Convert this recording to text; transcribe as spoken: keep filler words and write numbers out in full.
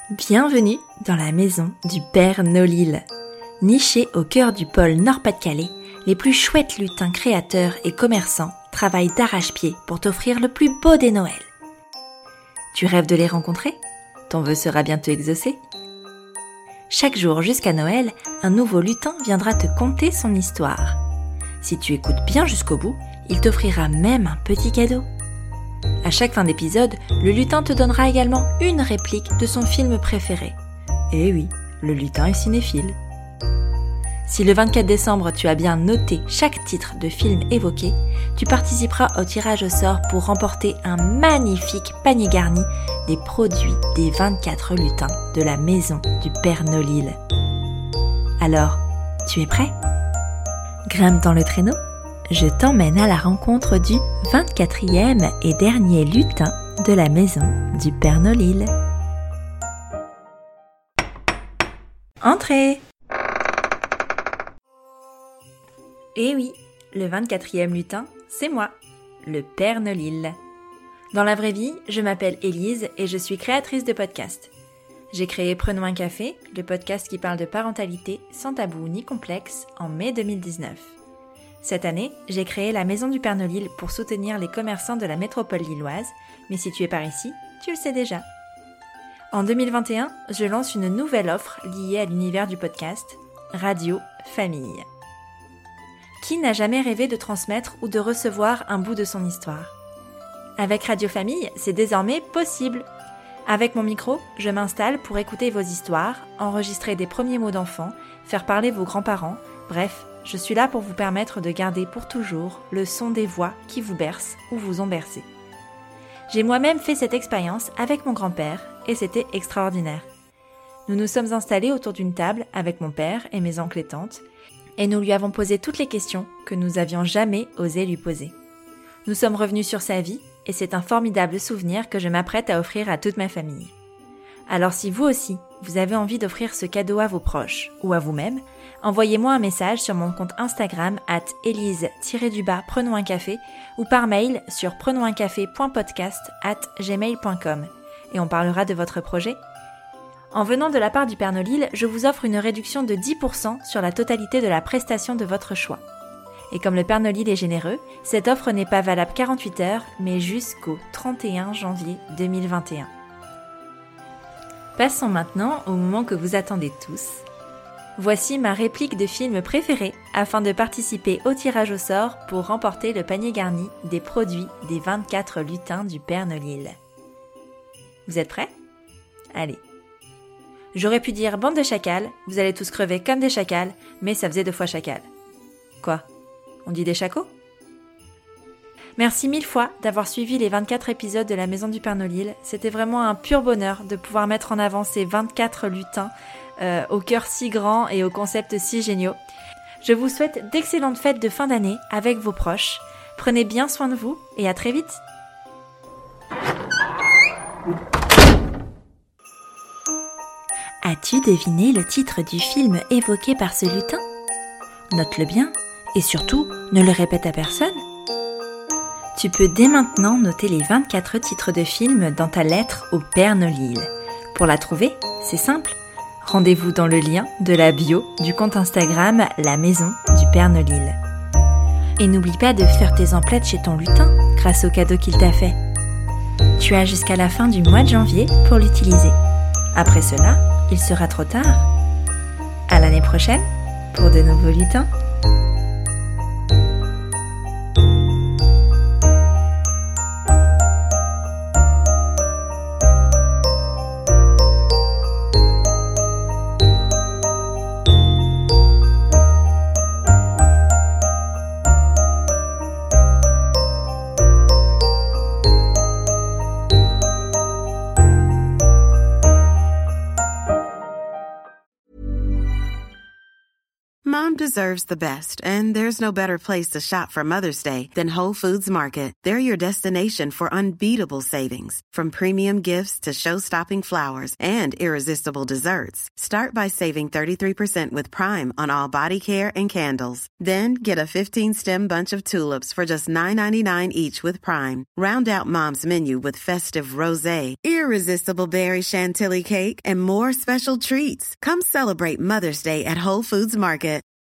Bienvenue dans la maison du Père Nolil. Nichés au cœur du pôle Nord-Pas-de-Calais, les plus chouettes lutins créateurs et commerçants travaillent d'arrache-pied pour t'offrir le plus beau des Noëls. Tu rêves de les rencontrer ? Ton vœu sera bientôt exaucé. Chaque jour jusqu'à Noël, un nouveau lutin viendra te conter son histoire. Si tu écoutes bien jusqu'au bout, il t'offrira même un petit cadeau. À chaque fin d'épisode, le lutin te donnera également une réplique de son film préféré. Et oui, le lutin est cinéphile. Si le vingt-quatre décembre tu as bien noté chaque titre de film évoqué, tu participeras au tirage au sort pour remporter un magnifique panier garni des produits des vingt-quatre lutins de la maison du Père Nolil. Alors, tu es prêt ? Grimpe dans le traîneau, je t'emmène à la rencontre du vingt-quatrième et dernier lutin de la maison du Père Nolil. Entrez ! Eh oui, le vingt-quatrième lutin, c'est moi, le Père Nolil. Dans la vraie vie, je m'appelle Élise et je suis créatrice de podcast. J'ai créé Prenons un café, le podcast qui parle de parentalité sans tabou ni complexe, en mai deux mille dix-neuf. Cette année, j'ai créé la Maison du Père Nolil pour soutenir les commerçants de la métropole lilloise, mais si tu es par ici, tu le sais déjà. En deux mille vingt et un, je lance une nouvelle offre liée à l'univers du podcast, Radio Famille. Qui n'a jamais rêvé de transmettre ou de recevoir un bout de son histoire ? Avec Radio Famille, c'est désormais possible. Avec mon micro, je m'installe pour écouter vos histoires, enregistrer des premiers mots d'enfants, faire parler vos grands-parents, bref, je suis là pour vous permettre de garder pour toujours le son des voix qui vous bercent ou vous ont bercé. J'ai moi-même fait cette expérience avec mon grand-père et c'était extraordinaire. Nous nous sommes installés autour d'une table avec mon père et mes oncles et tantes et nous lui avons posé toutes les questions que nous avions jamais osé lui poser. Nous sommes revenus sur sa vie et c'est un formidable souvenir que je m'apprête à offrir à toute ma famille. Alors si vous aussi, vous avez envie d'offrir ce cadeau à vos proches ou à vous-même, envoyez-moi un message sur mon compte Instagram arobase élise tiret du bas prenons un café ou par mail sur prenons un café point podcast arobase gmail point com et on parlera de votre projet. En venant de la part du Père Nolil, je vous offre une réduction de dix pour cent sur la totalité de la prestation de votre choix. Et comme le Père Nolil est généreux, cette offre n'est pas valable quarante-huit heures, mais jusqu'au trente et un janvier deux mille vingt et un. Passons maintenant au moment que vous attendez tous. Voici ma réplique de film préféré afin de participer au tirage au sort pour remporter le panier garni des produits des vingt-quatre lutins du Père Nolil. Vous êtes prêts ? Allez. J'aurais pu dire bande de chacals, vous allez tous crever comme des chacals, mais ça faisait deux fois chacal. Quoi ? On dit des chacos ? Merci mille fois d'avoir suivi les vingt-quatre épisodes de la Maison du Père Nolil. C'était vraiment un pur bonheur de pouvoir mettre en avant ces vingt-quatre lutins euh, au cœur si grand et au concept si géniaux. Je vous souhaite d'excellentes fêtes de fin d'année avec vos proches. Prenez bien soin de vous et à très vite. As-tu deviné le titre du film évoqué par ce lutin ? Note-le bien et surtout, ne le répète à personne. Tu peux dès maintenant noter les vingt-quatre titres de films dans ta lettre au Père Nolil. Pour la trouver, c'est simple. Rendez-vous dans le lien de la bio du compte Instagram La Maison du Père Nolil. Et n'oublie pas de faire tes emplettes chez ton lutin grâce au cadeau qu'il t'a fait. Tu as jusqu'à la fin du mois de janvier pour l'utiliser. Après cela, il sera trop tard. À l'année prochaine pour de nouveaux lutins. Mom deserves the best, and there's no better place to shop for Mother's Day than Whole Foods Market. They're your destination for unbeatable savings, from premium gifts to show-stopping flowers and irresistible desserts. Start by saving thirty-three percent with Prime on all body care and candles. Then get a fifteen-stem bunch of tulips for just nine ninety-nine each with Prime. Round out Mom's menu with festive rosé, irresistible berry chantilly cake, and more special treats. Come celebrate Mother's Day at Whole Foods Market.